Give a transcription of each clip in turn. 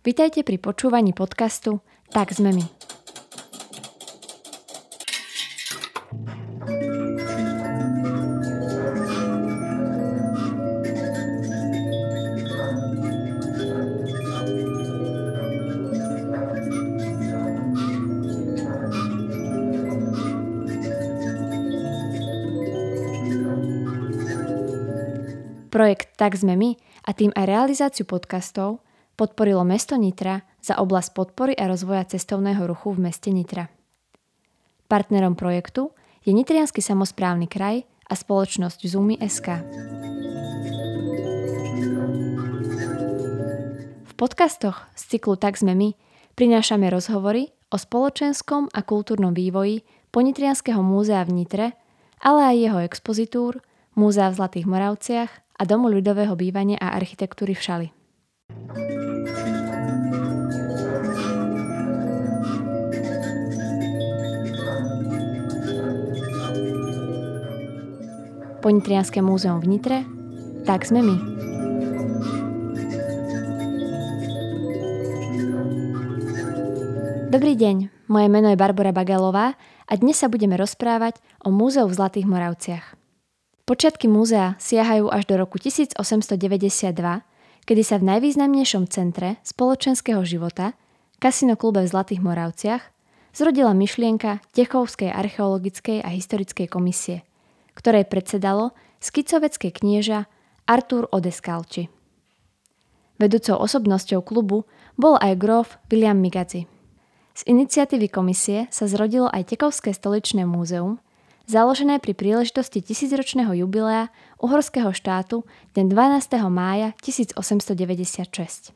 Vitajte pri počúvaní podcastu Tak sme my. Projekt Tak sme my a tým aj realizáciu podcastov podporilo mesto Nitra za oblasť podpory a rozvoja cestovného ruchu v meste Nitra. Partnerom projektu je Nitriansky samosprávny kraj a spoločnosť Zoomy.sk. V podcastoch z cyklu Tak sme my prinášame rozhovory o spoločenskom a kultúrnom vývoji Ponitrianskeho múzea v Nitre, ale aj jeho expozitúr, múzea v Zlatých Moravciach a Domu ľudového bývania a architektúry v Šali. Ponitrianske múzeum v Nitre, tak sme my. Dobrý deň, moje meno je Barbora Bagalová a dnes sa budeme rozprávať o múzeu v Zlatých Moravciach. Počiatky múzea siahajú až do roku 1892, kedy sa v najvýznamnejšom centre spoločenského života, Kasino klube v Zlatých Moravciach, zrodila myšlienka Techovskej archeologickej a historickej komisie, ktorej predsedalo skicovecké knieža Artur Odescalchi. Vedúcou osobnosťou klubu bol aj gróf William Migadzi. Z iniciatívy komisie sa zrodilo aj Techovské stoličné múzeum, založené pri príležitosti 1000-ročného jubilea uhorského štátu deň 12. mája 1896.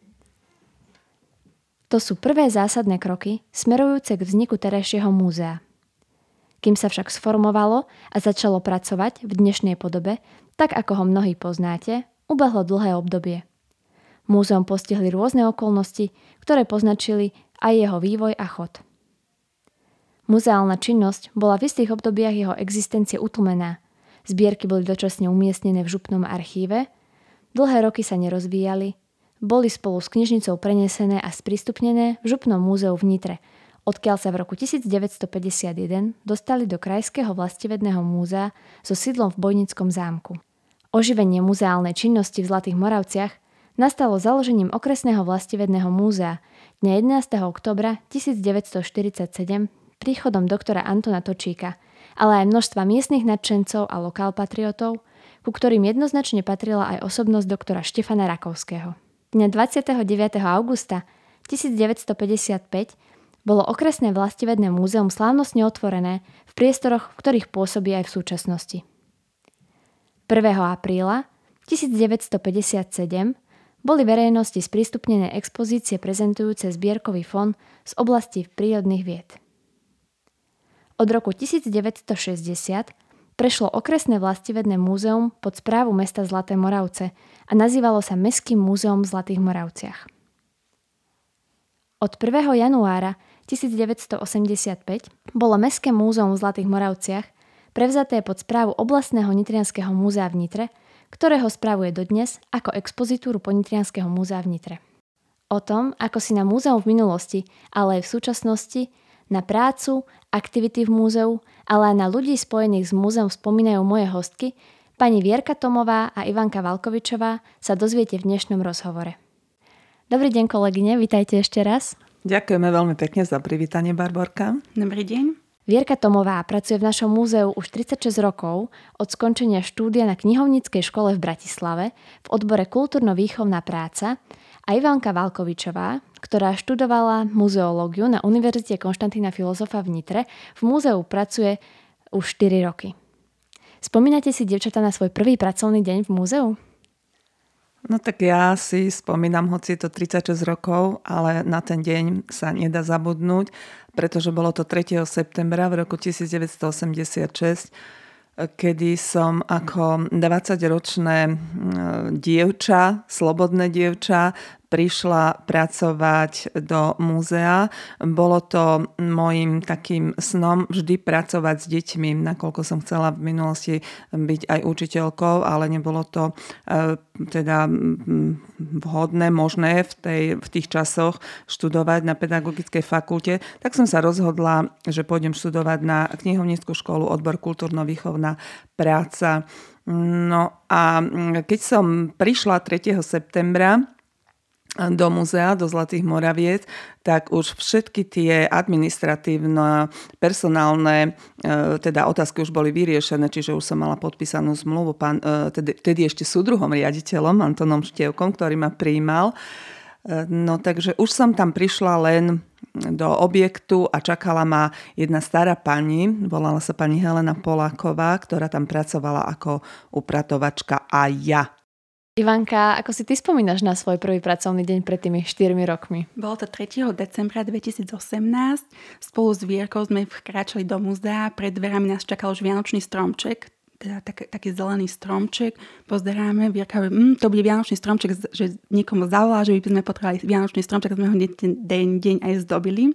To sú prvé zásadné kroky smerujúce k vzniku terajšieho múzea. Kým sa však sformovalo a začalo pracovať v dnešnej podobe, tak ako ho mnohí poznáte, ubehlo dlhé obdobie. Múzeum postihli rôzne okolnosti, ktoré poznačili aj jeho vývoj a chod. Muzeálna činnosť bola v istých obdobiach jeho existencie utlmená. Zbierky boli dočasne umiestnené v župnom archíve, dlhé roky sa nerozvíjali, boli spolu s knižnicou prenesené a sprístupnené v župnom múzeu v Nitre, odkiaľ sa v roku 1951 dostali do Krajského vlastivedného múzea so sídlom v Bojnickom zámku. Oživenie muzeálnej činnosti v Zlatých Moravciach nastalo založením Okresného vlastivedného múzea dňa 11. októbra 1947 príchodom doktora Antona Točíka, ale aj množstva miestnych nadšencov a lokálpatriotov, ku ktorým jednoznačne patrila aj osobnosť doktora Štefana Rakovského. Dňa 29. augusta 1955 bolo Okresné vlastivedné múzeum slávnostne otvorené v priestoroch, v ktorých pôsobí aj v súčasnosti. 1. apríla 1957 boli verejnosti sprístupnené expozície prezentujúce zbierkový fond z oblasti prírodných vied. Od roku 1960 prešlo Okresné vlastivedné múzeum pod správu mesta Zlaté Moravce a nazývalo sa Mestským múzeum v Zlatých Moravciach. Od 1. januára 1985 bolo Mestské múzeum v Zlatých Moravciach prevzaté pod správu Oblastného Nitrianskeho múzea v Nitre, ktorého spravuje dodnes ako expozitúru Ponitrianskeho múzea v Nitre. O tom, ako si na múzeum v minulosti, ale aj v súčasnosti, na prácu, aktivity v múzeu, ale aj na ľudí spojených s múzeum spomínajú moje hostky, pani Vierka Tomová a Ivanka Valkovičová, sa dozviete v dnešnom rozhovore. Dobrý deň, kolegyne, vitajte ešte raz. Ďakujeme veľmi pekne za privítanie, Barborka. Dobrý deň. Vierka Tomová pracuje v našom múzeu už 36 rokov od skončenia štúdia na knihovníckej škole v Bratislave v odbore kultúrno-výchovná práca a Ivanka Valkovičová, ktorá študovala muzeológiu na Univerzite Konštantína Filozofa v Nitre, v múzeu pracuje už 4 roky. Spomínate si, dievčatá, na svoj prvý pracovný deň v múzeu? No tak ja si spomínam, hoci je to 36 rokov, ale na ten deň sa nedá zabudnúť, pretože bolo to 3. septembra v roku 1986, kedy som ako 20-ročné dievča, slobodné dievča, prišla pracovať do múzea. Bolo to môjim takým snom vždy pracovať s deťmi, nakoľko som chcela v minulosti byť aj učiteľkou, ale nebolo to teda vhodné, možné v tých časoch študovať na pedagogickej fakulte, tak som sa rozhodla, že pôjdem študovať na knihovnícku školu odbor kultúrno-výchovná práca. No a keď som prišla 3. septembra do múzea, do Zlatých Moraviec, tak už všetky tie administratívne, personálne teda otázky už boli vyriešené, čiže už som mala podpísanú zmluvu tedy ešte súdruhom riaditeľom Antonom Štievkom, ktorý ma prijímal. No takže už som tam prišla len do objektu a čakala ma jedna stará pani, volala sa pani Helena Poláková, ktorá tam pracovala ako upratovačka a ja. Ivanka, ako si ty spomínaš na svoj prvý pracovný deň pred tými 4 rokmi? Bolo to 3. decembra 2018. Spolu s Vierkou sme vkráčali do múzea. Pred dverami nás čakal už vianočný stromček, teda taký zelený stromček. Pozeráme, Vierka hovorí, to bude vianočný stromček, že niekomu zavolá, že by sme potrebovali vianočný stromček, tak sme ho deň aj zdobili.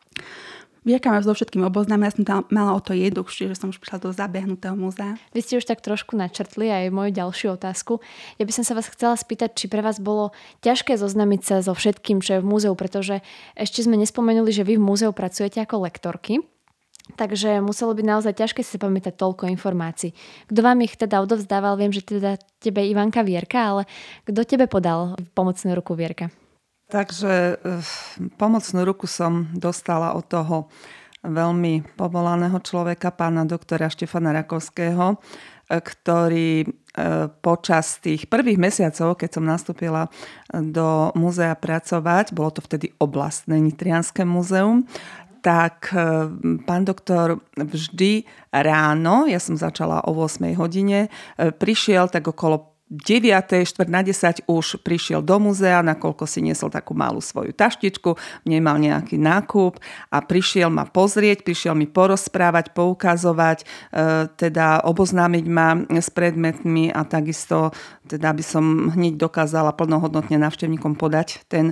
Vierka ma so všetkým oboznámila, ja som tam mala o to jednoduchšie, že som už prišla do zabehnutého múzea. Vy ste už tak trošku načrtli aj moju ďalšiu otázku. Ja by som sa vás chcela spýtať, či pre vás bolo ťažké zoznamiť sa so všetkým, čo je v múzeu, pretože ešte sme nespomenuli, že vy v múzeu pracujete ako lektorky. Takže muselo byť naozaj ťažké si pamätať toľko informácií. Kto vám ich teda odovzdával? Viem, že teda tebe Ivanka Vierka, ale kto tebe podal pomocnú ruku Vierka? Takže pomocnú ruku som dostala od toho veľmi povolaného človeka, pána doktora Štefana Rakovského, ktorý počas tých prvých mesiacov, keď som nastúpila do múzea pracovať, bolo to vtedy oblastné Nitrianske múzeum, tak pán doktor vždy ráno, ja som začala o 8 hodine, prišiel tak okolo 9, 9:45 už prišiel do múzea, nakoľko si niesol takú malú svoju taštičku, nemal nejaký nákup a prišiel ma pozrieť, prišiel mi porozprávať, poukazovať, teda oboznámiť ma s predmetmi a takisto teda by som hneď dokázala plnohodnotne návštevníkom podať ten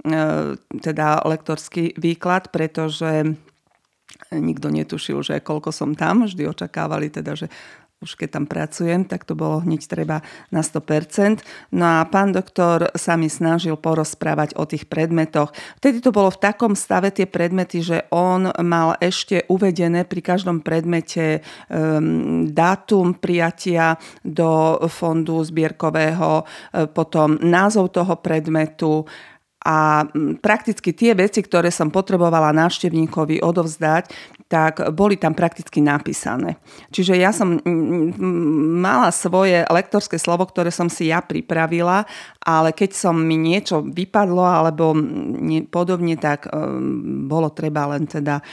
teda lektorský výklad, pretože nikto netušil, že koľko som tam, vždy očakávali teda, že už keď tam pracujem, tak to bolo hneď treba na 100%. No a pán doktor sa mi snažil porozprávať o tých predmetoch. Vtedy to bolo v takom stave tie predmety, že on mal ešte uvedené pri každom predmete dátum prijatia do fondu zbierkového, potom názov toho predmetu, a prakticky tie veci, ktoré som potrebovala návštevníkovi odovzdať, tak boli tam prakticky napísané. Čiže ja som mala svoje lektorské slovo, ktoré som si ja pripravila, ale keď som mi niečo vypadlo alebo podobne, tak bolo treba len teda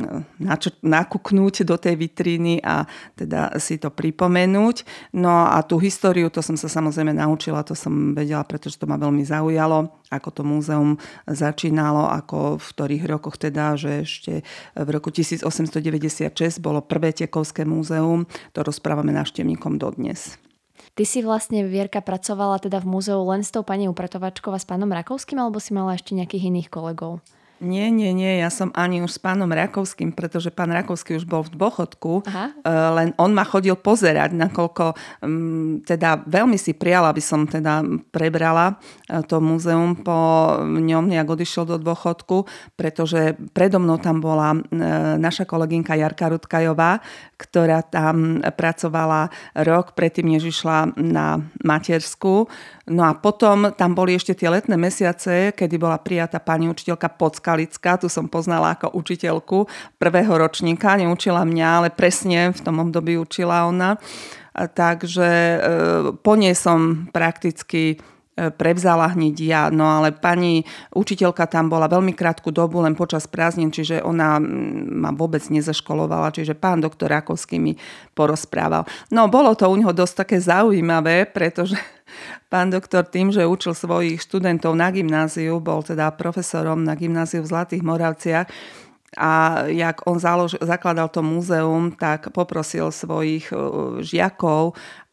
nakúknúť do tej vitríny a teda si to pripomenúť. No a tú históriu, to som sa samozrejme naučila, to som vedela, pretože to ma veľmi zaujalo, ako to múzeum začínalo, ako v ktorých rokoch teda, že ešte v roku 1896 bolo prvé Tekovské múzeum, to rozprávame návštevníkom dodnes. Ty si vlastne, Vierka, pracovala teda v múzeu len s tou pani upratovačkou a s pánom Rakovským, alebo si mala ešte nejakých iných kolegov? Nie, ja som ani už s pánom Rakovským, pretože pán Rakovský už bol v dôchodku, len on ma chodil pozerať, nakoľko teda veľmi si prijal, aby som teda prebrala to múzeum po ňom, jak odišiel do dôchodku, pretože predo mnou tam bola naša kolegynka Jarka Rudkajová, ktorá tam pracovala rok predtým, než išla na matersku. No a potom tam boli ešte tie letné mesiace, kedy bola prijatá pani učiteľka Podskalická, tu som poznala ako učiteľku prvého ročníka, neučila mňa, ale presne v tom období učila ona. Takže po nej som prakticky prevzala hneď ja, no ale pani učiteľka tam bola veľmi krátku dobu, len počas prázdnin, čiže ona ma vôbec nezaškolovala, čiže pán doktor Rakovský mi porozprával. No bolo to u neho dosť také zaujímavé, pretože pán doktor tým, že učil svojich študentov na gymnáziu, bol teda profesorom na gymnáziu v Zlatých Moravciach, a jak on zakladal to múzeum, tak poprosil svojich žiakov,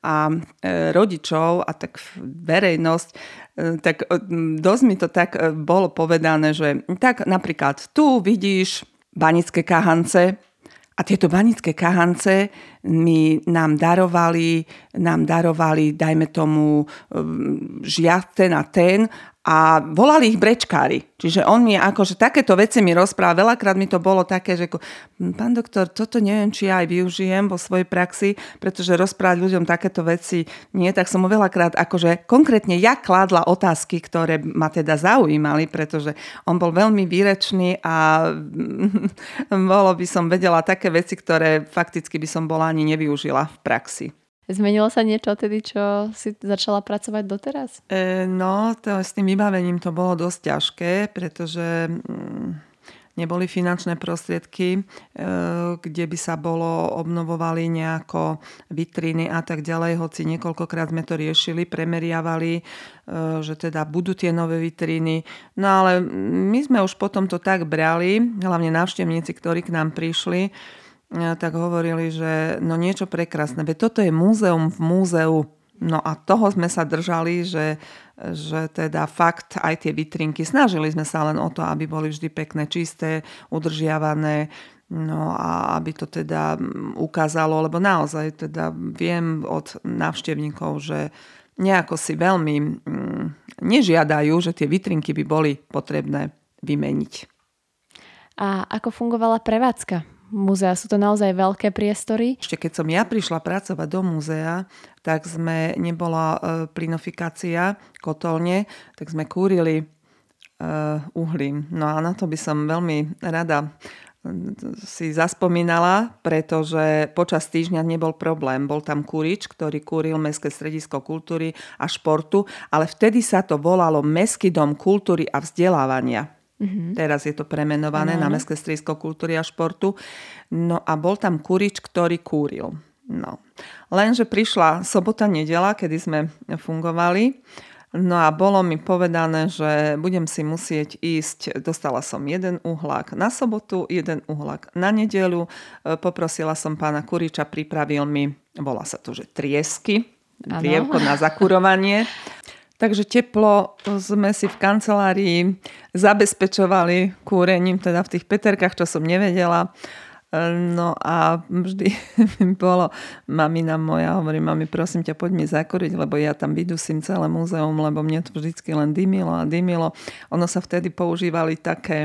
a rodičov a tak verejnosť, tak dosť mi to tak bolo povedané, že tak napríklad tu vidíš Banické Kahance a tieto Banické Kahance nám darovali, dajme tomu, žiak ten a ten a volali ich brečkári. Čiže on mi akože takéto veci mi rozprával. Veľakrát mi to bolo také, že pán doktor, toto neviem, či ja aj využijem vo svojej praxi, pretože rozprávať ľuďom takéto veci nie, tak som mu veľakrát akože konkrétne ja kládla otázky, ktoré ma teda zaujímali, pretože on bol veľmi výrečný a vedela také veci, ktoré fakticky by som bola ani nevyužila v praxi. Zmenilo sa niečo tedy, čo si začala pracovať doteraz? S tým vybavením to bolo dosť ťažké, pretože neboli finančné prostriedky, kde by sa obnovovali nejako vitríny a tak ďalej, hoci niekoľkokrát sme to riešili, premeriavali, že teda budú tie nové vitríny. No ale my sme už potom to tak brali, hlavne návštevníci, ktorí k nám prišli, tak hovorili, že no niečo prekrásne, veď toto je múzeum v múzeu. No a toho sme sa držali, že teda fakt aj tie vitrinky, snažili sme sa len o to, aby boli vždy pekné, čisté, udržiavané, no a aby to teda ukázalo, lebo naozaj teda viem od návštevníkov, že nejako si veľmi nežiadajú, že tie vitrinky by boli potrebné vymeniť. A ako fungovala prevádzka múzea? Sú to naozaj veľké priestory? Ešte keď som ja prišla pracovať do múzea, tak nebola plynofikácia kotolne, tak sme kúrili uhlím. No a na to by som veľmi rada si zaspomínala, pretože počas týždňa nebol problém. Bol tam kurič, ktorý kúril Mestské stredisko kultúry a športu, ale vtedy sa to volalo Mestský dom kultúry a vzdelávania. Teraz je to premenované na Mestské stredisko kultúry a športu. No a bol tam kurič, ktorý kúril. No. Lenže prišla sobota, nedeľa, kedy sme fungovali. No a bolo mi povedané, že budem si musieť ísť. Dostala som 1 uhlák na sobotu, 1 uhlák na nedeľu. Poprosila som pána kuriča, pripravil mi, volá sa to, že triesky, drievko na zakurovanie. Takže teplo sme si v kancelárii zabezpečovali kúrením, teda v tých peterkách, čo som nevedela. No a vždy bolo, mamina moja hovorí, mami, prosím ťa, poď mi zakúriť, lebo ja tam vydusím celé múzeum, lebo mne to vždycky len dymilo a dymilo. Ono sa vtedy používali také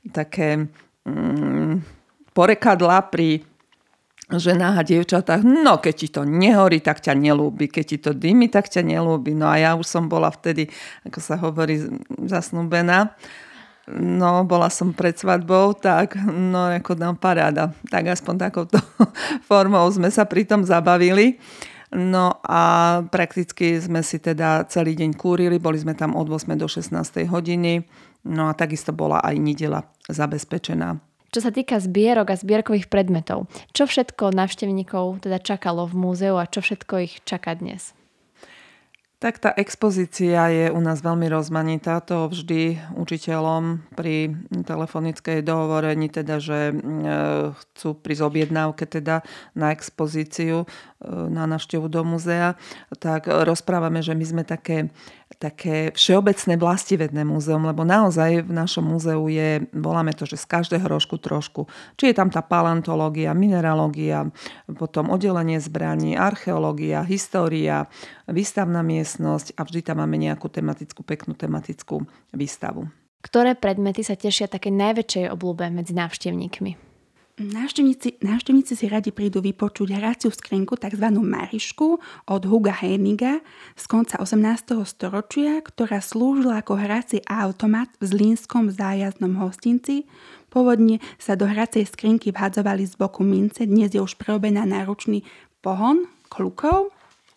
porekadlá pri ženách a dievčatách, no keď ti to nehorí, tak ťa nelúbi, keď ti to dymi, tak ťa nelúbi. No a ja už som bola vtedy, ako sa hovorí, zasnúbená. No, bola som pred svadbou, tak no, ako paráda. Tak aspoň takouto formou sme sa pri tom zabavili. No a prakticky sme si teda celý deň kúrili, boli sme tam od 8 do 16 hodiny. No a takisto bola aj nedeľa zabezpečená. Čo sa týka zbierok a zbierkových predmetov, čo všetko návštevníkov teda čakalo v múzeu a čo všetko ich čaká dnes? Tak tá expozícia je u nás veľmi rozmanitá. To vždy učiteľom pri telefonickej dohovorení, teda, že chcú prísť objednávke teda na expozíciu, na návštevu do múzea, tak rozprávame, že my sme také všeobecné vlastivedné múzeum, lebo naozaj v našom múzeu je, voláme to, že z každého rožku trošku. Či je tam tá paleontológia, mineralógia, potom oddelenie zbraní, archeológia, história, výstavná miestnosť a vždy tam máme nejakú peknú tematickú výstavu. Ktoré predmety sa tešia také najväčšej obľúbe medzi návštevníkmi? Návštevníci si radi prídu vypočuť hraciu skrinku, tzv. Marišku od Huga Heniga z konca 18. storočia, ktorá slúžila ako hrací automat v zlínskom zájazdnom hostinci. Pôvodne sa do hracej skrinky vhadzovali z boku mince, dnes je už prerobená na ručný pohon klukov.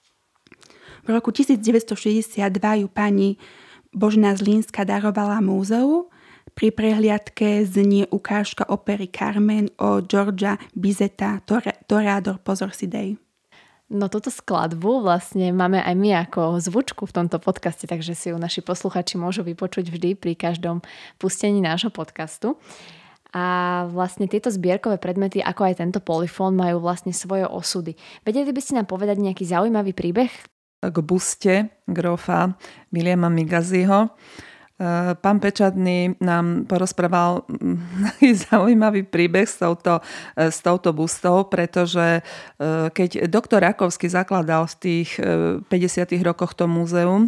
V roku 1962 ju pani Božena Zlínska darovala múzeu. Pri prehliadke znie ukážka opery Carmen od Georgia Bizeta Toreador Pozor si dej. No túto skladbu vlastne máme aj my ako zvučku v tomto podcaste, takže si ju naši posluchači môžu vypočuť vždy pri každom pustení nášho podcastu. A vlastne tieto zbierkové predmety, ako aj tento polyfón, majú vlastne svoje osudy. Vedeli by ste nám povedať nejaký zaujímavý príbeh? K buste grófa Williama Migaziho pán Pečatný nám porozprával zaujímavý príbeh s touto bustou, pretože keď doktor Rakovský zakladal v tých 50. rokoch to múzeum,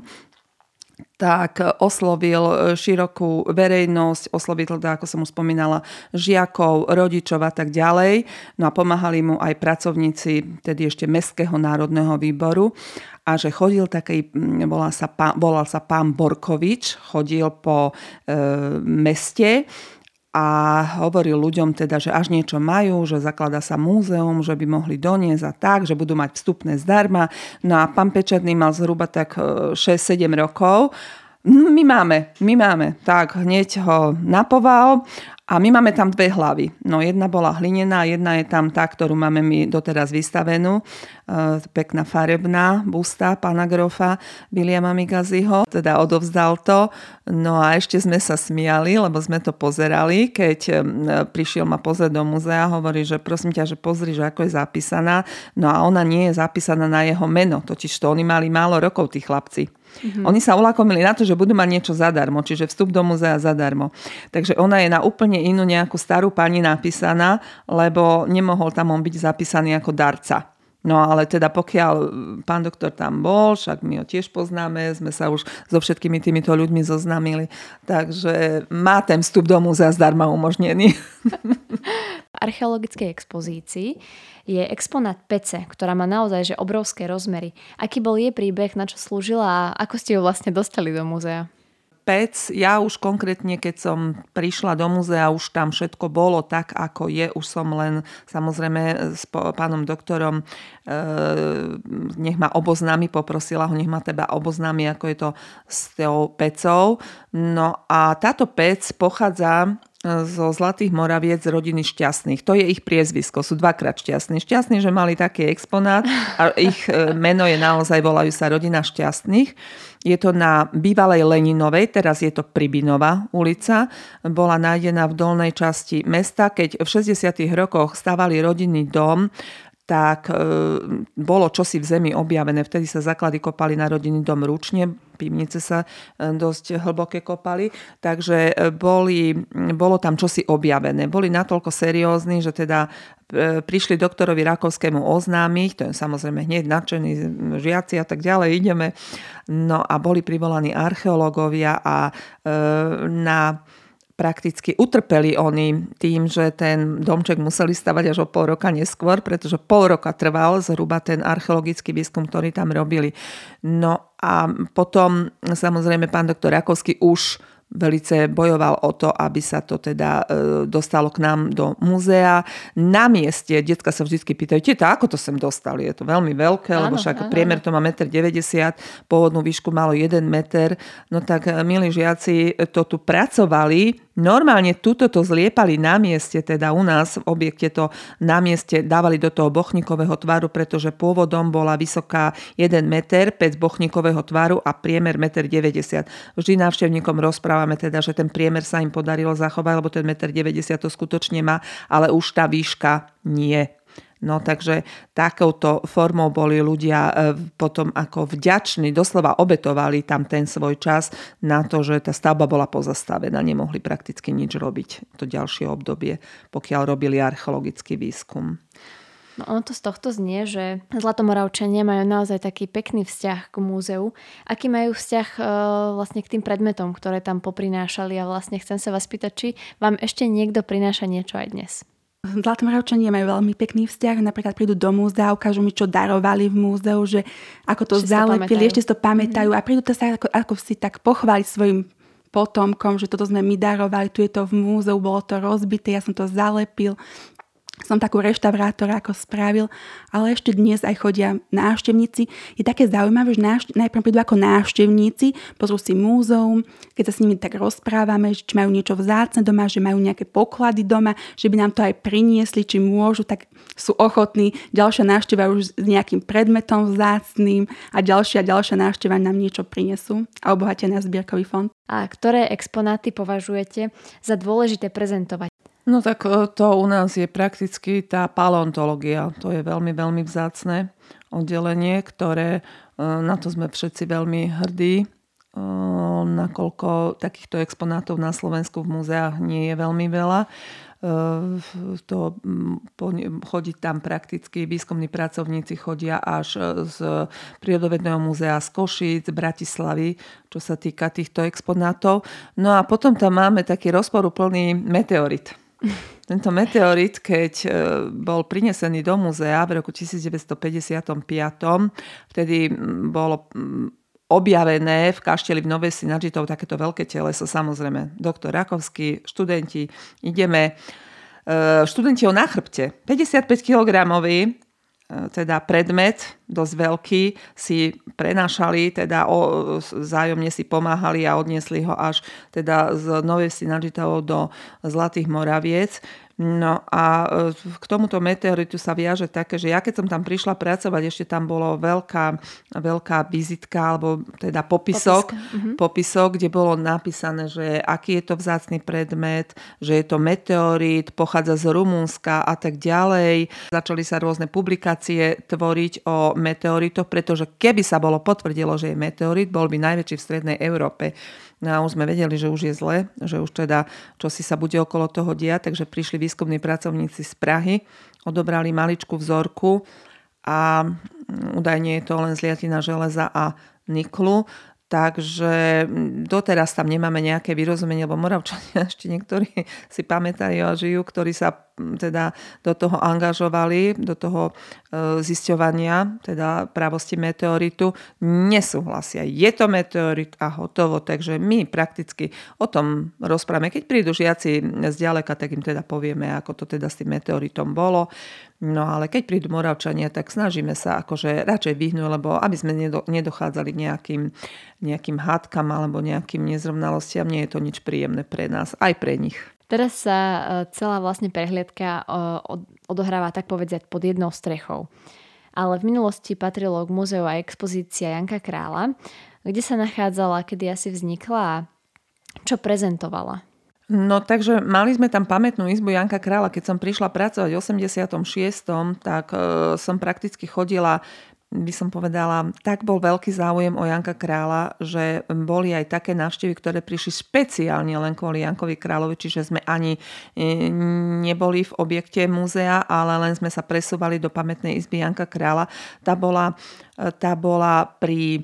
tak oslovil širokú verejnosť, oslovil, ako som už spomínala, žiakov, rodičov a tak ďalej. No a pomáhali mu aj pracovníci tedy ešte Mestského národného výboru. A že chodil taký, volal sa pán Borkovič, chodil po meste a hovoril ľuďom teda, že až niečo majú, že zakladá sa múzeum, že by mohli doniesť a tak, že budú mať vstupné zdarma. No a pán Pečatný mal zhruba tak 6-7 rokov. My máme. Tak hneď ho napoval a my máme tam dve hlavy. No jedna bola hlinená, jedna je tam tá, ktorú máme my doteraz vystavenú. Pekná farebná busta pána grófa Williama Migaziho. Teda odovzdal to. No a ešte sme sa smiali, lebo sme to pozerali. Keď prišiel ma pozrieť do múzea, hovorí, že prosím ťa, že pozri, že ako je zapísaná. No a ona nie je zapísaná na jeho meno. Totižto oni mali málo rokov, tí chlapci. Mm-hmm. Oni sa ulakomili na to, že budú mať niečo zadarmo, čiže vstup do múzea zadarmo. Takže ona je na úplne inú nejakú starú pani napísaná, lebo nemohol tam on byť zapísaný ako darca. No ale teda pokiaľ pán doktor tam bol, však my ho tiež poznáme, sme sa už so všetkými týmito ľuďmi zoznamili, takže má ten vstup do múzea zdarma umožnený. V archeologickej expozícii je exponát pece, ktorá má naozaj že obrovské rozmery. Aký bol jej príbeh, na čo slúžila a ako ste ju vlastne dostali do múzea? Pec, ja už konkrétne, keď som prišla do múzea, už tam všetko bolo tak, ako je. Už som len, samozrejme, s pánom doktorom nech ma oboznámi, poprosila ho, nech ma teba oboznámi, ako je to s tou pecou. No a táto pec pochádza zo Zlatých Moraviec z rodiny Šťastných. To je ich priezvisko, sú dvakrát šťastní. Šťastní, že mali taký exponát a ich meno je naozaj, volajú sa rodina Šťastných. Je to na bývalej Leninovej, teraz je to Pribinová ulica. Bola nájdená v dolnej časti mesta, keď v 60. rokoch stavali rodinný dom, tak bolo čosi v zemi objavené. Vtedy sa základy kopali na rodinný dom ručne, pivnice sa dosť hlboké kopali, takže bolo tam čosi objavené. Boli natoľko seriózni, že teda prišli doktorovi Rakovskému oznámiť, to je samozrejme hneď nadšení žiaci a tak ďalej, ideme. No a boli privolaní archeológovia a prakticky utrpeli oni tým, že ten domček museli stavať až o pol roka neskôr, pretože pol roka trval zhruba ten archeologický výskum, ktorý tam robili. No a potom samozrejme pán doktor Rakovský už velice bojoval o to, aby sa to teda dostalo k nám do múzea. Na mieste, decka sa vždy pýtajú, teta, ako to sem dostali? Je to veľmi veľké, lebo však priemer to má 1,90 m, pôvodnú výšku malo 1 meter. No tak, milí žiaci, to tu pracovali. Normálne tuto to zliepali na mieste, teda u nás v objekte to na mieste dávali do toho bochníkového tvaru, pretože pôvodom bola vysoká 1 meter, 5 bochníkového tvaru a priemer 1,90 m. Vždy návštevníkom rozprávame teda, že ten priemer sa im podarilo zachovať, lebo ten 1,90 m to skutočne má, ale už tá výška nie. No takže takouto formou boli ľudia potom ako vďační, doslova obetovali tam ten svoj čas na to, že tá stavba bola pozastavená, nemohli prakticky nič robiť to ďalšie obdobie, pokiaľ robili archeologický výskum. No ono to z tohto znie, že Zlatomoravčania majú naozaj taký pekný vzťah k múzeu. Aký majú vzťah vlastne k tým predmetom, ktoré tam poprinášali a vlastne chcem sa vás pýtať, či vám ešte niekto prináša niečo aj dnes? Zlatomoravčania majú veľmi pekný vzťah, napríklad prídu do múzea, ukážu mi, čo darovali v múzeu, že ako to zalepili, ešte si to pamätajú a prídu to sa ako si tak pochváliť svojim potomkom, že toto sme my darovali, tu je to v múzeu, bolo to rozbité, ja som to zalepil. Som takú reštaurátora ako spravil, ale ešte dnes aj chodia návštevníci. Je také zaujímavé, že najprv prídu ako návštevníci, pozrú si múzeum, keď sa s nimi tak rozprávame, či majú niečo vzácne doma, že majú nejaké poklady doma, že by nám to aj priniesli, či môžu, tak sú ochotní. Ďalšia návšteva už s nejakým predmetom vzácnym a ďalšia návšteva nám niečo prinesú a obohatia náš zbierkový fond. A ktoré exponáty považujete za dôležité prezentovať? No tak to u nás je prakticky tá paleontológia. To je veľmi, veľmi vzácne oddelenie, ktoré na to sme všetci veľmi hrdí, nakoľko takýchto exponátov na Slovensku v múzeách nie je veľmi veľa. Chodí tam prakticky, výskumní pracovníci chodia až z Prírodovedného múzea z Košíc, z Bratislavy, čo sa týka týchto exponátov. No a potom tam máme taký rozporuplný meteorit. Tento meteorit, keď bol prinesený do múzea v roku 1955, vtedy bolo objavené v kašteli v Novej Synagitov takéto veľké teleso, samozrejme. Doktor Rakovský, študenti, ideme. Študenti ho na chrbte. 55 kg, teda predmet, dosť veľký, si prenášali, teda vzájomne si pomáhali a odniesli ho až teda z Novej Synagitov do Zlatých Moraviec. No a k tomuto meteoritu sa viaže také, že ja keď som tam prišla pracovať, ešte tam bolo veľká vizitka, alebo teda popisok, kde bolo napísané, že aký je to vzácny predmet, že je to meteorit, pochádza z Rumunska a tak ďalej. Začali sa rôzne publikácie tvoriť o meteoritoch, pretože keby sa bolo potvrdilo, že je meteorit, bol by najväčší v strednej Európe. No a už sme vedeli, že už je zle, že už teda čosi sa bude okolo toho diať, takže prišli výskumní pracovníci z Prahy, odobrali maličkú vzorku a údajne je to len zliatina železa a niklu. Takže doteraz tam nemáme nejaké vyrozumenie, lebo Moravčania ešte niektorí si pamätajú a žijú, ktorí sa teda do toho angažovali, do toho zisťovania teda pravosti meteoritu, nesúhlasia. Je to meteorit a hotovo, takže my prakticky o tom rozprávame. Keď prídu žiaci zďaleka, tak im teda povieme, ako to teda s tým meteoritom bolo. No ale keď prídu Moravčania, tak snažíme sa akože radšej vyhnúť, lebo aby sme nedochádzali nejakým hádkam alebo nejakým nezrovnalostiam, nie je to nič príjemné pre nás, aj pre nich. Teraz sa celá vlastne prehliadka odohráva tak povedzať pod jednou strechou. Ale v minulosti patrilo k múzeu aj expozícia Janka Krála, kde sa nachádzala, kedy asi vznikla a čo prezentovala. No takže mali sme tam pamätnú izbu Janka Krála. Keď som prišla pracovať v 86., tak som prakticky chodila, by som povedala, tak bol veľký záujem o Janka Krála, že boli aj také návštevy, ktoré prišli špeciálne len kvôli Jankovi Královi, čiže sme ani neboli v objekte múzea, ale len sme sa presúvali do pamätnej izby Janka Krála. Tá bola pri...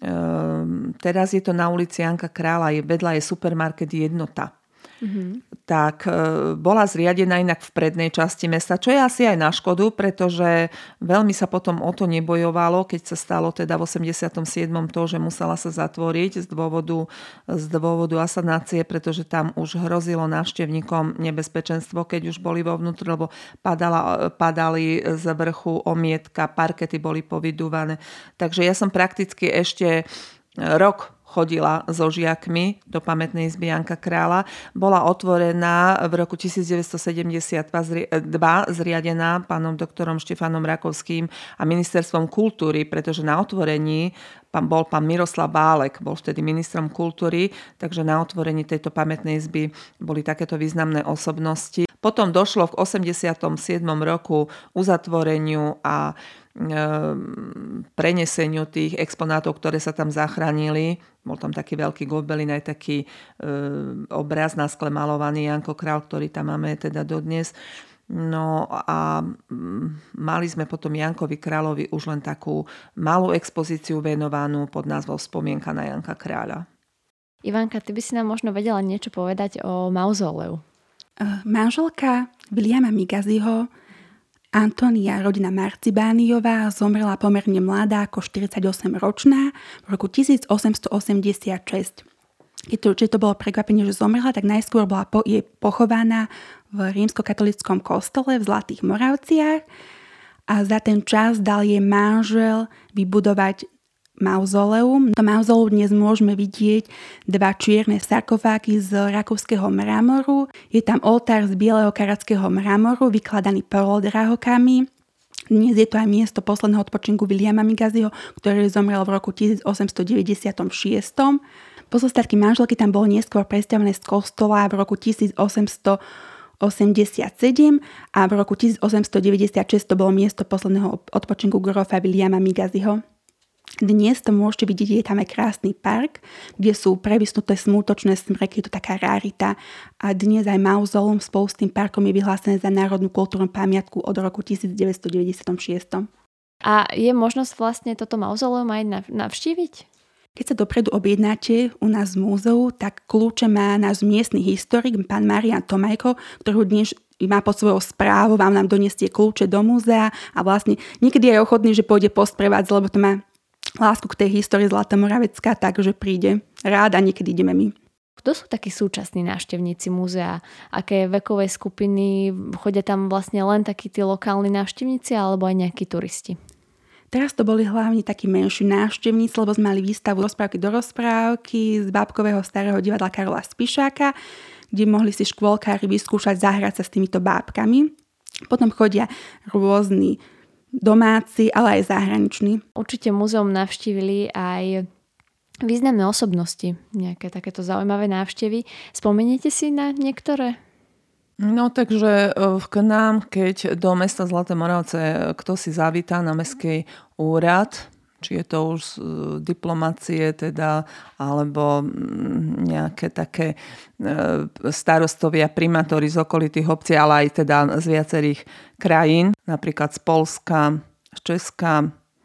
Teraz je to na ulici Janka Krála, vedľa je supermarket Jednota. Tak bola zriadená inak v prednej časti mesta, čo je asi aj na škodu, pretože veľmi sa potom o to nebojovalo, keď sa stalo teda v 87. to, že musela sa zatvoriť z dôvodu asanácie, pretože tam už hrozilo návštevníkom nebezpečenstvo, keď už boli vo vnútri, lebo padali z vrchu omietka, parkety boli povydúvané. Takže ja som prakticky ešte rok chodila so žiakmi do pamätnej izby Janka Krála. Bola otvorená v roku 1972, zriadená pánom doktorom Štefanom Rakovským a ministerstvom kultúry, pretože na otvorení bol pán Miroslav Bálek, bol vtedy ministrom kultúry, takže na otvorení tejto pamätnej izby boli takéto významné osobnosti. Potom došlo v 87. roku uzatvoreniu a preneseniu tých exponátov, ktoré sa tam zachránili. Bol tam taký veľký gobelin, aj taký obraz na skle malovaný Janko Král, ktorý tam máme teda dodnes. No a mali sme potom Jankovi Královi už len takú malú expozíciu venovanú pod názvom Spomienka na Janka Kráľa. Ivanka, ty by si nám možno vedela niečo povedať o mauzoleu. Manželka Viliama Migaziho, Antonia rodina Marcibániová, zomrela pomerne mladá, ako 48-ročná v roku 1886. Keď to bolo prekvapenie, že zomrela, tak najskôr bola pochovaná v rímskokatolickom kostole v Zlatých Moravciach a za ten čas dal jej manžel vybudovať mauzoleum. To mauzoleum dnes môžeme vidieť dva čierne sarkofágy z rakovského mramoru. Je tam oltár z bieleho karatského mramoru, vykladaný perodráhokami. Dnes je to aj miesto posledného odpočinku Viliama Migaziho, ktorý zomrel v roku 1896. Pozostatky manželky tam boli neskôr presťahované z kostola v roku 1889 a v roku 1896 to bolo miesto posledného odpočinku grofa Williama Migaziho. Dnes to môžete vidieť, je tam aj krásny park, kde sú previsnuté smútočné smreky, je to taká rarita. A dnes aj mauzolum spolu s tým parkom je vyhlásené za národnú kultúrnu pamiatku od roku 1996. A je možnosť vlastne toto mauzoleum aj navštíviť? Keď sa dopredu objednáte u nás v múzeu, tak kľúče má náš miestny historik, pán Marian Tomajko, ktorý dnes má pod svojou správou, vám nám donesie kľúče do múzea a vlastne niekedy je ochotný, že pôjde posprevádzať, lebo to má lásku k tej histórii Zlatá Moravecká, takže príde rád a niekedy ideme my. Kto sú takí súčasní návštevníci múzea? Aké vekové skupiny? Chodia tam vlastne len takí tí lokálni návštevníci alebo aj nejakí turisti? Teraz to boli hlavne takí menší návštevníci, lebo sme mali výstavu rozprávky do rozprávky z bábkového starého divadla Karola Spišáka, kde mohli si škôlkári vyskúšať zahrať sa s týmito bábkami. Potom chodia rôzni domáci, ale aj zahraniční. Určite múzeum navštívili aj významné osobnosti, nejaké takéto zaujímavé návštevy. Spomeniete si na niektoré? No takže k nám, keď do mesta Zlaté Moravce kto si zavítá na mestský úrad, či je to už z diplomácie teda, alebo nejaké také starostovia, primátori z okolitých obcí, ale aj teda z viacerých krajín, napríklad z Poľska, z Česka.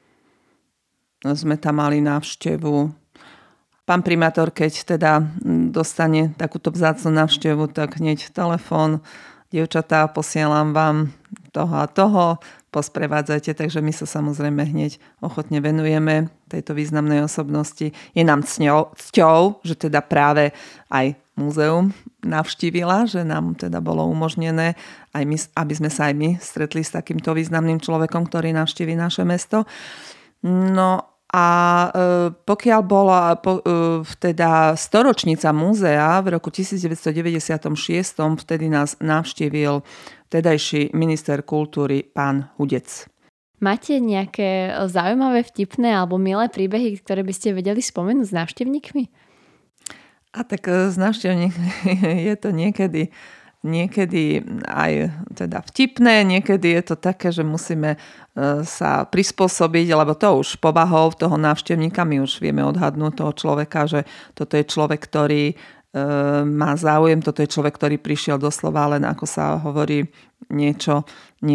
Sme tam mali návštevu. Pán primátor, keď teda dostane takúto vzácnu návštevu, tak hneď telefón, dievčatá, posielam vám toho a toho, posprevádzajte, takže my sa samozrejme hneď ochotne venujeme tejto významnej osobnosti. Je nám cťou, že teda práve aj múzeum navštívila, že nám teda bolo umožnené, aj my, aby sme sa aj my stretli s takýmto významným človekom, ktorý navštíví naše mesto. No a pokiaľ bola teda storočnica múzea v roku 1996, vtedy nás navštívil vtedajší minister kultúry pán Hudec. Máte nejaké zaujímavé, vtipné alebo milé príbehy, ktoré by ste vedeli spomenúť s návštevníkmi? A tak s návštevníkmi je to niekedy aj teda vtipné, niekedy je to také, že musíme sa prispôsobiť, lebo to už povahou toho návštevníka my už vieme odhadnúť toho človeka, že toto je človek, ktorý má záujem, toto je človek, ktorý prišiel doslova len, ako sa hovorí, niečo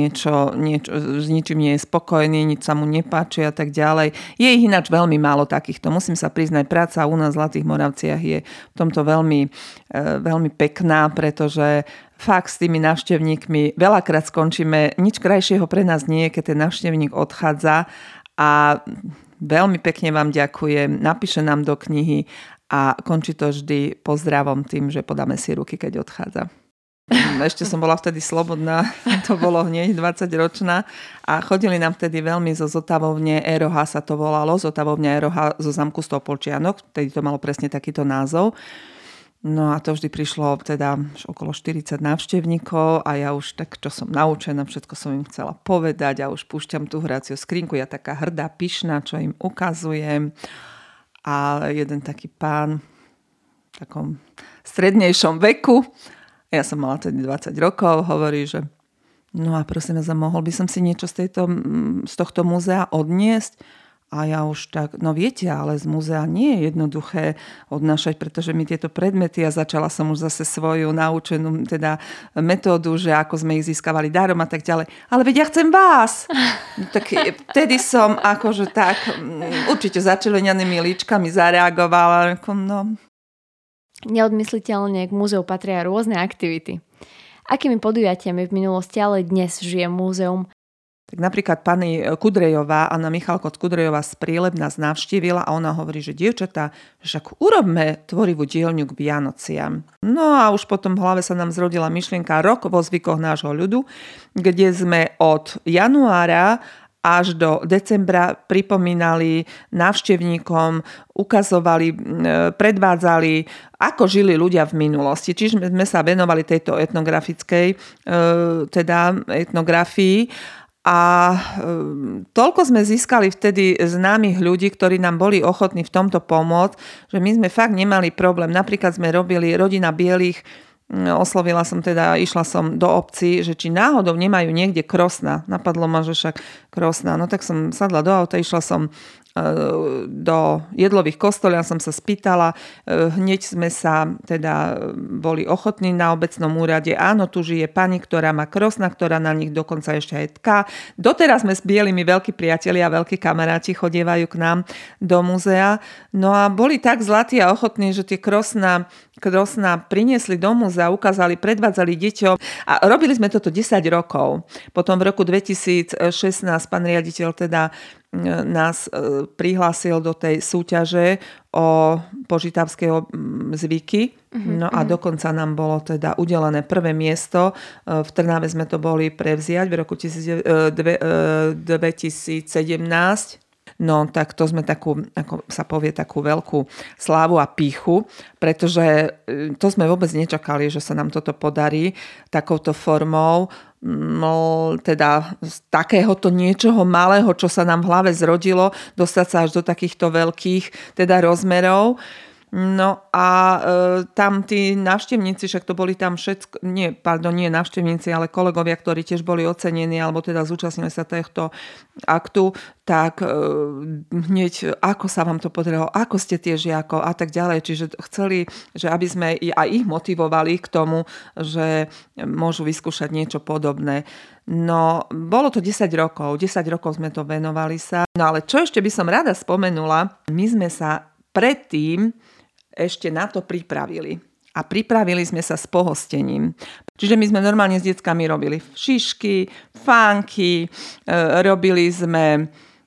s ničím nie je spokojný, nič sa mu nepáči a tak ďalej. Je ich ináč veľmi málo takýchto. Musím sa priznať, práca u nás v Zlatých Moravciach je v tomto veľmi pekná, pretože fakt s tými návštevníkmi veľakrát skončíme, nič krajšieho pre nás nie je, keď ten návštevník odchádza a veľmi pekne vám ďakujem, napíše nám do knihy a končí to vždy pozdravom tým, že podáme si ruky, keď odchádza. Ešte som bola vtedy slobodná, to bolo hneď 20-ročná a chodili nám vtedy veľmi zo Zotavovne, Eroha sa to volalo, Zotavovňa Eroha zo zámku Stopolčianok, vtedy to malo presne takýto názov. No a to vždy prišlo teda okolo 40 návštevníkov a ja už tak, čo som naučená, všetko som im chcela povedať a už púšťam tú hraciu skrinku, ja taká hrdá, pyšná, čo im ukazujem. A jeden taký pán v takom strednejšom veku, ja som mala tedy 20 rokov, hovorí, že no a prosím vás, mohol by som si niečo z tohto múzea odniesť? A ja už tak, no viete, ale z múzea nie je jednoduché odnášať, pretože mi tieto predmety, ja začala som už zase svoju naučenú teda metódu, že ako sme ich získavali darom a tak ďalej. Ale veď ja chcem vás! No, tak vtedy som akože tak určite začervenenými líčkami zareagovala. No. Neodmysliteľne k múzeu patria rôzne aktivity. Akými podujatiami v minulosti, ale dnes žije múzeum? Tak napríklad pani Kudrejová, Anna Michalko Kudrejová z Príleb nás navštívila a ona hovorí, že dievčatá, však urobme tvorivú dielňu k Vianociam. No a už potom v hlave sa nám zrodila myšlienka Rok vo zvykoch nášho ľudu, kde sme od januára až do decembra pripomínali návštevníkom, ukazovali, predvádzali, ako žili ľudia v minulosti. Čiže sme sa venovali tejto etnografickej, etnografii. A toľko sme získali vtedy známych ľudí, ktorí nám boli ochotní v tomto pomôcť, že my sme fakt nemali problém. Napríklad sme robili Rodina bielých oslovila som teda, išla som do obci, že či náhodou nemajú niekde krosna. Napadlo ma, že však krosna. No tak som sadla do auta, išla som do jedlových kostolov, som sa spýtala, hneď sme sa teda boli ochotní na obecnom úrade, áno, tu žije pani, ktorá má krosna, ktorá na nich dokonca ešte aj tká. Doteraz sme s bielými veľkí priatelia a veľkí kamaráti chodievajú k nám do múzea. No a boli tak zlatí a ochotní, že tie krosna priniesli do múzea, ukázali, predvádzali deťom a robili sme toto 10 rokov. Potom v roku 2016 pán riaditeľ teda nás prihlásil do tej súťaže o požitavské zvyky. No a dokonca nám bolo teda udelené prvé miesto. V Trnave sme to boli prevziať v roku 2017. No tak to sme takú, ako sa povie, takú veľkú slávu a pýchu, pretože to sme vôbec nečakali, že sa nám toto podarí takouto formou. Teda z takéhoto niečoho malého, čo sa nám v hlave zrodilo, dostať sa až do takýchto veľkých teda rozmerov. No a tam tí návštevníci, však to boli tam všetko, nie návštevníci, ale kolegovia, ktorí tiež boli ocenení, alebo teda zúčastnili sa tohto aktu, tak hneď, ako sa vám to podarilo, ako ste tie žiakov a tak ďalej. Čiže chceli, že aby sme aj ich motivovali k tomu, že môžu vyskúšať niečo podobné. No, bolo to 10 rokov sme to venovali sa. No ale čo ešte by som rada spomenula, my sme sa predtým ešte na to pripravili. A pripravili sme sa s pohostením. Čiže my sme normálne s deckami robili šišky, fánky, robili sme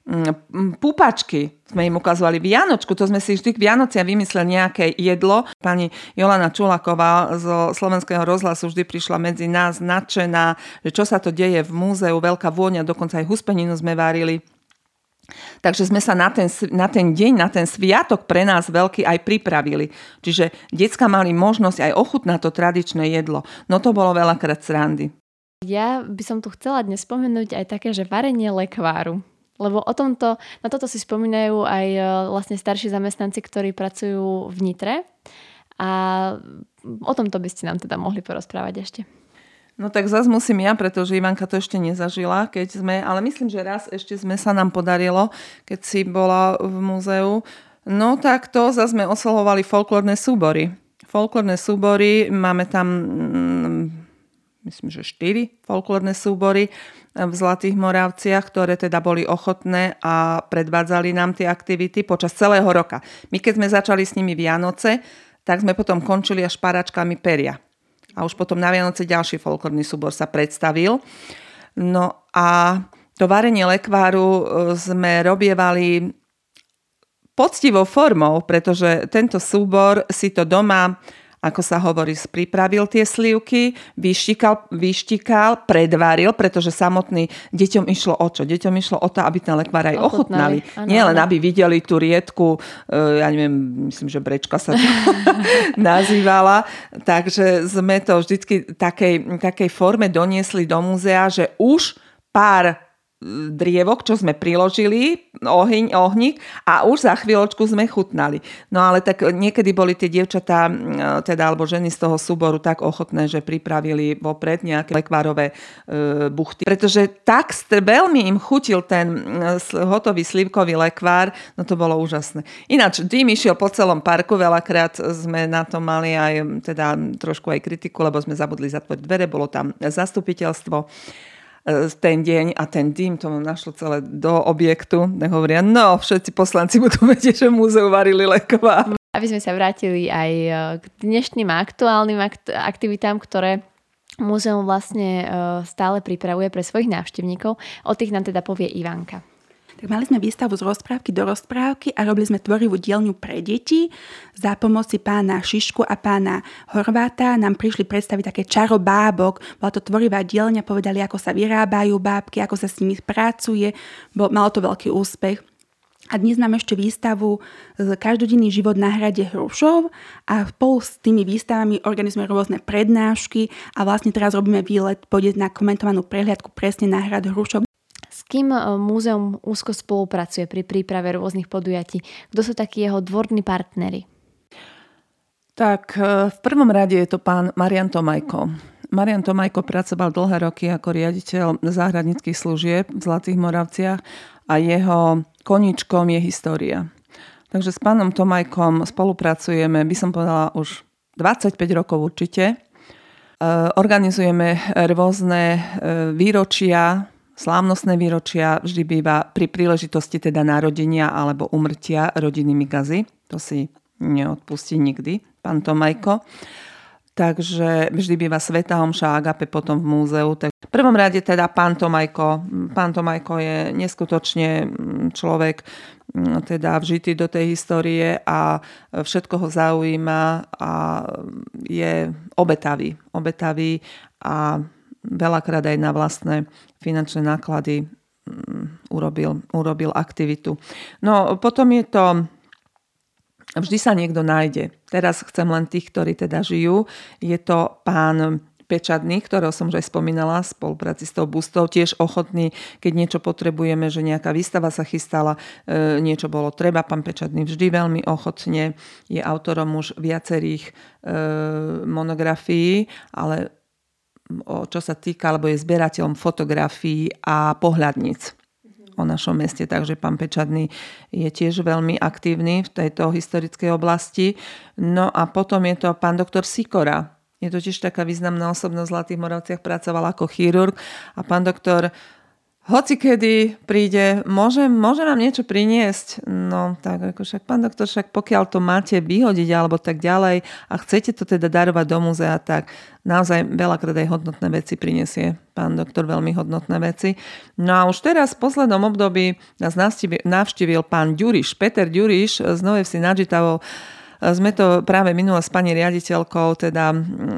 pupačky. Sme im ukazovali Vianočku, to sme si vždy k Vianociam vymysleli nejaké jedlo. Pani Jolana Čulaková zo Slovenského rozhlasu vždy prišla medzi nás nadšená, že čo sa to deje v múzeu, veľká vôňa, dokonca aj huspeninu sme varili. Takže sme sa na ten deň, na ten sviatok pre nás veľký aj pripravili. Čiže decká mali možnosť aj ochutnať to tradičné jedlo. No to bolo veľakrát srandy. Ja by som tu chcela dnes spomenúť aj také, že varenie lekváru. Lebo na toto si spomínajú aj vlastne starší zamestnanci, ktorí pracujú v Nitre. A o tomto by ste nám teda mohli porozprávať ešte. No tak zase musím ja, pretože Ivanka to ešte nezažila, ale myslím, že raz ešte nám podarilo, keď si bola v múzeu. No tak to zase sme oslavovali folklórne súbory. Máme tam myslím, že 4 folklórne súbory v Zlatých Moravciach, ktoré teda boli ochotné a predvádzali nám tie aktivity počas celého roka. My keď sme začali s nimi Vianoce, tak sme potom končili až šparačkami peria. A už potom na Vianoce ďalší folklórny súbor sa predstavil. No a to varenie lekváru sme robievali poctivou formou, pretože tento súbor si to doma, ako sa hovorí, pripravil tie slivky, vyštikal, predvaril, pretože samotný deťom išlo o čo? Deťom išlo o to, aby ten lekvár aj ochutnali. Nie len aby videli tú riedku, ja neviem, myslím, že brečka sa to nazývala. Takže sme to vždycky takej forme doniesli do múzea, že už pár drievok, čo sme priložili, ohník a už za chvíľočku sme chutnali. No ale tak niekedy boli tie dievčatá, teda alebo ženy z toho súboru tak ochotné, že pripravili vopred nejaké lekvárové buchty. Pretože tak veľmi im chutil ten hotový slivkový lekvár, no to bolo úžasné. Ináč, tým išiel po celom parku, veľakrát sme na to mali aj teda trošku aj kritiku, lebo sme zabudli zatvoriť dvere, bolo tam zastupiteľstvo ten deň a ten dým to našlo celé do objektu. Hovoria, no všetci poslanci budú vedieť, že v múzeu varili lekvár. Aby sme sa vrátili aj k dnešným aktuálnym aktivitám, ktoré múzeum vlastne stále pripravuje pre svojich návštevníkov. O tých nám teda povie Ivanka. Tak mali sme výstavu z rozprávky do rozprávky a robili sme tvorivú dielňu pre deti. Za pomoci pána Šišku a pána Horváta nám prišli predstaviť také čaro bábok. Bola to tvorivá dielňa, povedali, ako sa vyrábajú bábky, ako sa s nimi pracuje. Malo to veľký úspech. A dnes máme ešte výstavu Každodenný život na hrade Hrušov a spolu s tými výstavami organizujeme rôzne prednášky a vlastne teraz robíme výlet, pôjde na komentovanú prehliadku presne na hrad Hrušov. S kým múzeum úzko spolupracuje pri príprave rôznych podujatí? Kto sú takí jeho dvorní partneri? Tak v prvom rade je to pán Marian Tomajko. Marian Tomajko pracoval dlhé roky ako riaditeľ záhradníckych služieb v Zlatých Moravciach a jeho koníčkom je história. Takže s pánom Tomajkom spolupracujeme, by som povedala, už 25 rokov určite. Organizujeme rôzne výročia, slávnostné výročia, vždy býva pri príležitosti teda narodenia alebo umrtia rodiny Migazy. To si neodpustí nikdy pán Tomajko. Takže vždy býva svätá omša agape potom v múzeu. Tak v prvom rade teda pán Tomajko. Pán Tomajko je neskutočne človek teda vžitý do tej histórie a všetko ho zaujíma a je obetavý a veľakrát aj na vlastné finančné náklady urobil aktivitu. No potom je to vždy sa niekto nájde. Teraz chcem len tých, ktorí teda žijú. Je to pán Pečadný, ktorého som už aj spomínala, v spolupráci s tou bustou, tiež ochotný, keď niečo potrebujeme, že nejaká výstava sa chystala, niečo bolo treba. Pán Pečadný vždy veľmi ochotne je autorom už viacerých monografií, ale čo sa týka, alebo je zberateľom fotografií a pohľadníc o našom meste, takže pán Pečadný je tiež veľmi aktívny v tejto historickej oblasti. No a potom je to pán doktor Sikora. Je to tiež taká významná osobnosť v Zlatých Moravciach, pracoval ako chirurg a pán doktor hocikedy príde, môžem vám niečo priniesť? No tak ako však pán doktor, však pokiaľ to máte vyhodiť alebo tak ďalej a chcete to teda darovať do múzea, tak naozaj veľakrát aj hodnotné veci prinesie pán doktor, veľmi hodnotné veci. No a už teraz v poslednom období nás navštívil pán Ďuriš, Peter Ďuriš z Novej Vsi nad Žitavou. Sme to práve minule s pani riaditeľkou teda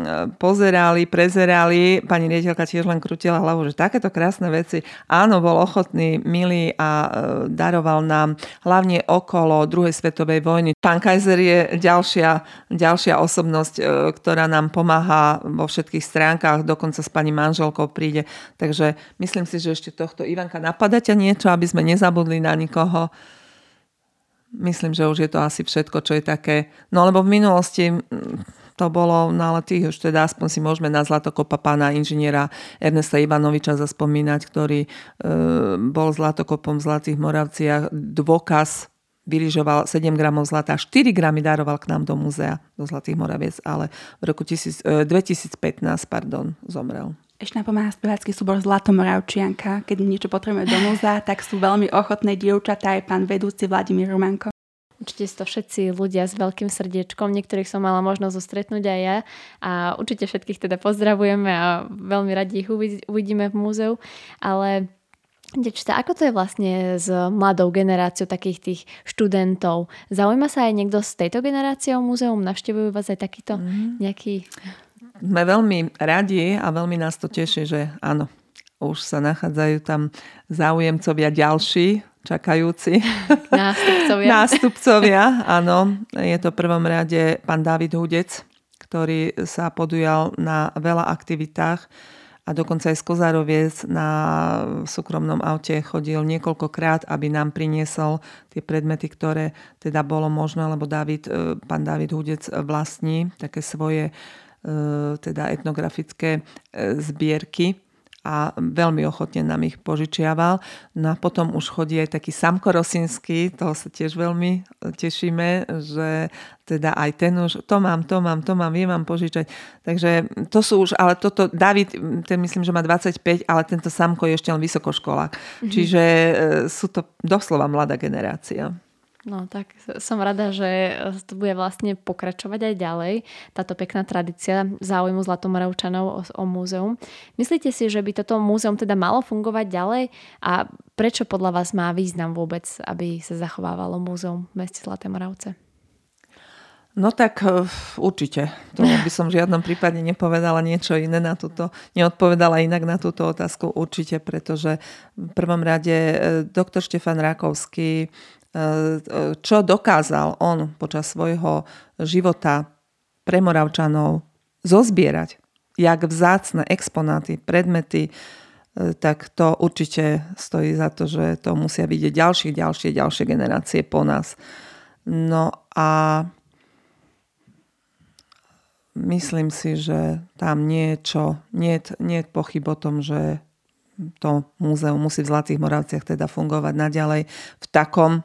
prezerali. Pani riaditeľka tiež len krútila hlavu, že takéto krásne veci. Áno, bol ochotný, milý a daroval nám hlavne okolo druhej svetovej vojny. Pán Kaiser je ďalšia osobnosť, ktorá nám pomáha vo všetkých stránkach, dokonca s pani manželkou príde. Takže myslím si, že ešte tohto Ivanka napadá ťa niečo, aby sme nezabudli na nikoho. Myslím, že už je to asi všetko, čo je také. No lebo v minulosti to bolo, no ale tých už teda aspoň si môžeme na zlatokopa pána inžiniera Ernesta Ivanoviča zaspomínať, ktorý bol zlatokopom v Zlatých Moravciach. Dôkaz vyrižoval 7 gramov zlata, 4 gramy daroval k nám do múzea, do Zlatých Moraviec, ale v roku 2015 zomrel. Ešte nám pomáha spevácky súbor Zlatomoravčianka. Keď niečo potrebujeme do múzea, tak sú veľmi ochotné dievčatá, aj pán vedúci Vladimír Romanko. Určite sú to všetci ľudia s veľkým srdiečkom, niektorých som mala možnosť stretnúť aj ja a určite všetkých teda pozdravujeme a veľmi radi ich uvidíme v múzeu, ale Dečta, ako to je vlastne s mladou generáciou takých tých študentov? Zaujíma sa aj niekto z tejto generácie o múzeum? Navštevujú vás aj takýto nejaký... Sme veľmi radi a veľmi nás to teší, že áno, už sa nachádzajú tam záujemcovia ďalší, čakajúci. Nástupcovia, áno. Je to v prvom rade pán Dávid Hudec, ktorý sa podujal na veľa aktivitách a dokonca aj z Kozároviec na súkromnom aute chodil niekoľkokrát, aby nám priniesol tie predmety, ktoré teda bolo možné, lebo pán Dávid Hudec vlastní také svoje teda etnografické zbierky a veľmi ochotne nám ich požičiaval. No a potom už chodí aj taký Samko Rosinský, toho sa tiež veľmi tešíme, že teda aj ten už to mám, viem vám požičať. Takže to sú už, ale toto, David, ten myslím, že má 25, ale tento Samko je ešte len vysokoškolák. Čiže sú to doslova mladá generácia. No tak som rada, že to bude vlastne pokračovať aj ďalej, táto pekná tradícia záujmu Zlatomoravčanov o múzeum. Myslíte si, že by toto múzeum teda malo fungovať ďalej a prečo podľa vás má význam vôbec, aby sa zachovávalo múzeum v meste Zlaté Moravce? No tak určite. To by som v žiadnom prípade nepovedala niečo iné na túto, neodpovedala inak na túto otázku určite, pretože v prvom rade doktor Štefan Rakovský, čo dokázal on počas svojho života pre Moravčanov zozbierať, jak vzácne exponáty, predmety, tak to určite stojí za to, že to musia vidieť ďalšie generácie po nás. No a myslím si, že tam nie je pochyb o tom, že to múzeum musí v Zlatých Moravciach teda fungovať naďalej v takom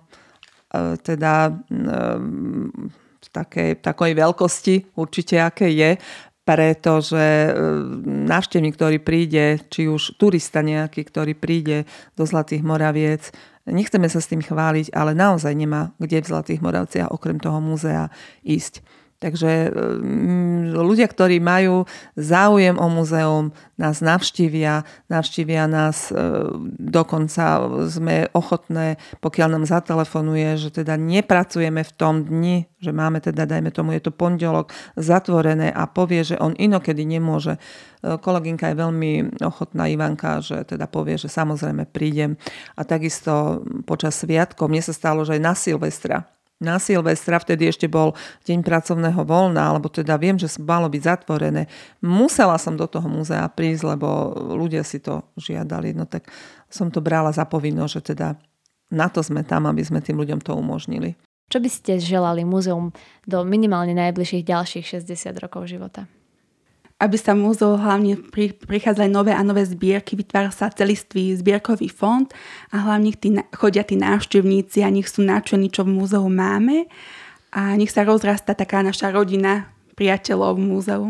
v takej veľkosti určite, aké je, pretože návštevník, ktorý príde, či už turista nejaký, ktorý príde do Zlatých Moraviec, nechceme sa s tým chváliť, ale naozaj nemá kde v Zlatých Moravciach okrem toho múzea ísť. Takže ľudia, ktorí majú záujem o múzeum, nás navštívia nás, dokonca sme ochotné, pokiaľ nám zatelefonuje, že teda nepracujeme v tom dni, že máme teda, dajme tomu, je to pondelok, zatvorené a povie, že on inokedy nemôže. Kolegynka je veľmi ochotná, Ivanka, že teda povie, že samozrejme prídem. A takisto počas sviatkov, mne sa stalo, že aj na Silvestra, vtedy ešte bol deň pracovného voľna, alebo teda viem, že malo byť zatvorené. Musela som do toho múzea prísť, lebo ľudia si to žiadali. No tak som to brala za povinnosť, že teda na to sme tam, aby sme tým ľuďom to umožnili. Čo by ste želali múzeum do minimálne najbližších ďalších 60 rokov života? Aby sa múzeu hlavne prichádzali nové a nové zbierky, vytvára sa celistvý zbierkový fond a hlavne chodia tí návštevníci a nech sú nadšení, čo v múzeu máme a nech sa rozrastá taká naša rodina priateľov v múzeu.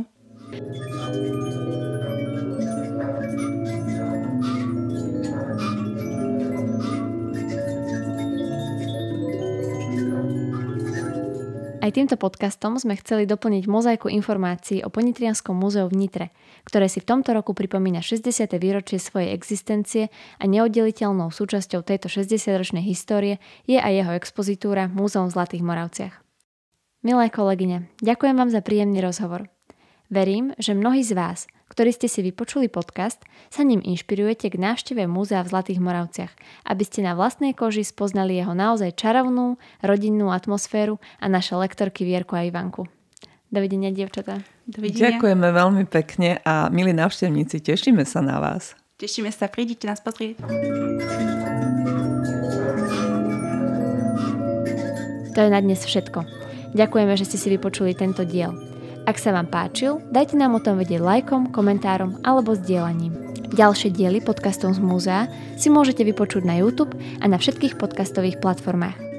Aj týmto podcastom sme chceli doplniť mozaiku informácií o Ponitrianskom múzeu v Nitre, ktoré si v tomto roku pripomína 60. výročie svojej existencie a neoddeliteľnou súčasťou tejto 60-ročnej histórie je aj jeho expozitúra Múzeum v Zlatých Moravciach. Milé kolegyne, ďakujem vám za príjemný rozhovor. Verím, že mnohí z vás, ktorí ste si vypočuli podcast, sa ním inšpirujete k návšteve múzea v Zlatých Moravciach, aby ste na vlastnej koži spoznali jeho naozaj čarovnú, rodinnú atmosféru a naše lektorky Vierku a Ivanku. Dovidenia, dievčatá. Dovidenia. Ďakujeme veľmi pekne a milí návštevníci, tešíme sa na vás. Tešíme sa, prídite nás pozrieť. To je na dnes všetko. Ďakujeme, že ste si vypočuli tento diel. Ak sa vám páčil, dajte nám o tom vedieť lajkom, komentárom alebo zdieľaním. Ďalšie diely podcastov z múzea si môžete vypočuť na YouTube a na všetkých podcastových platformách.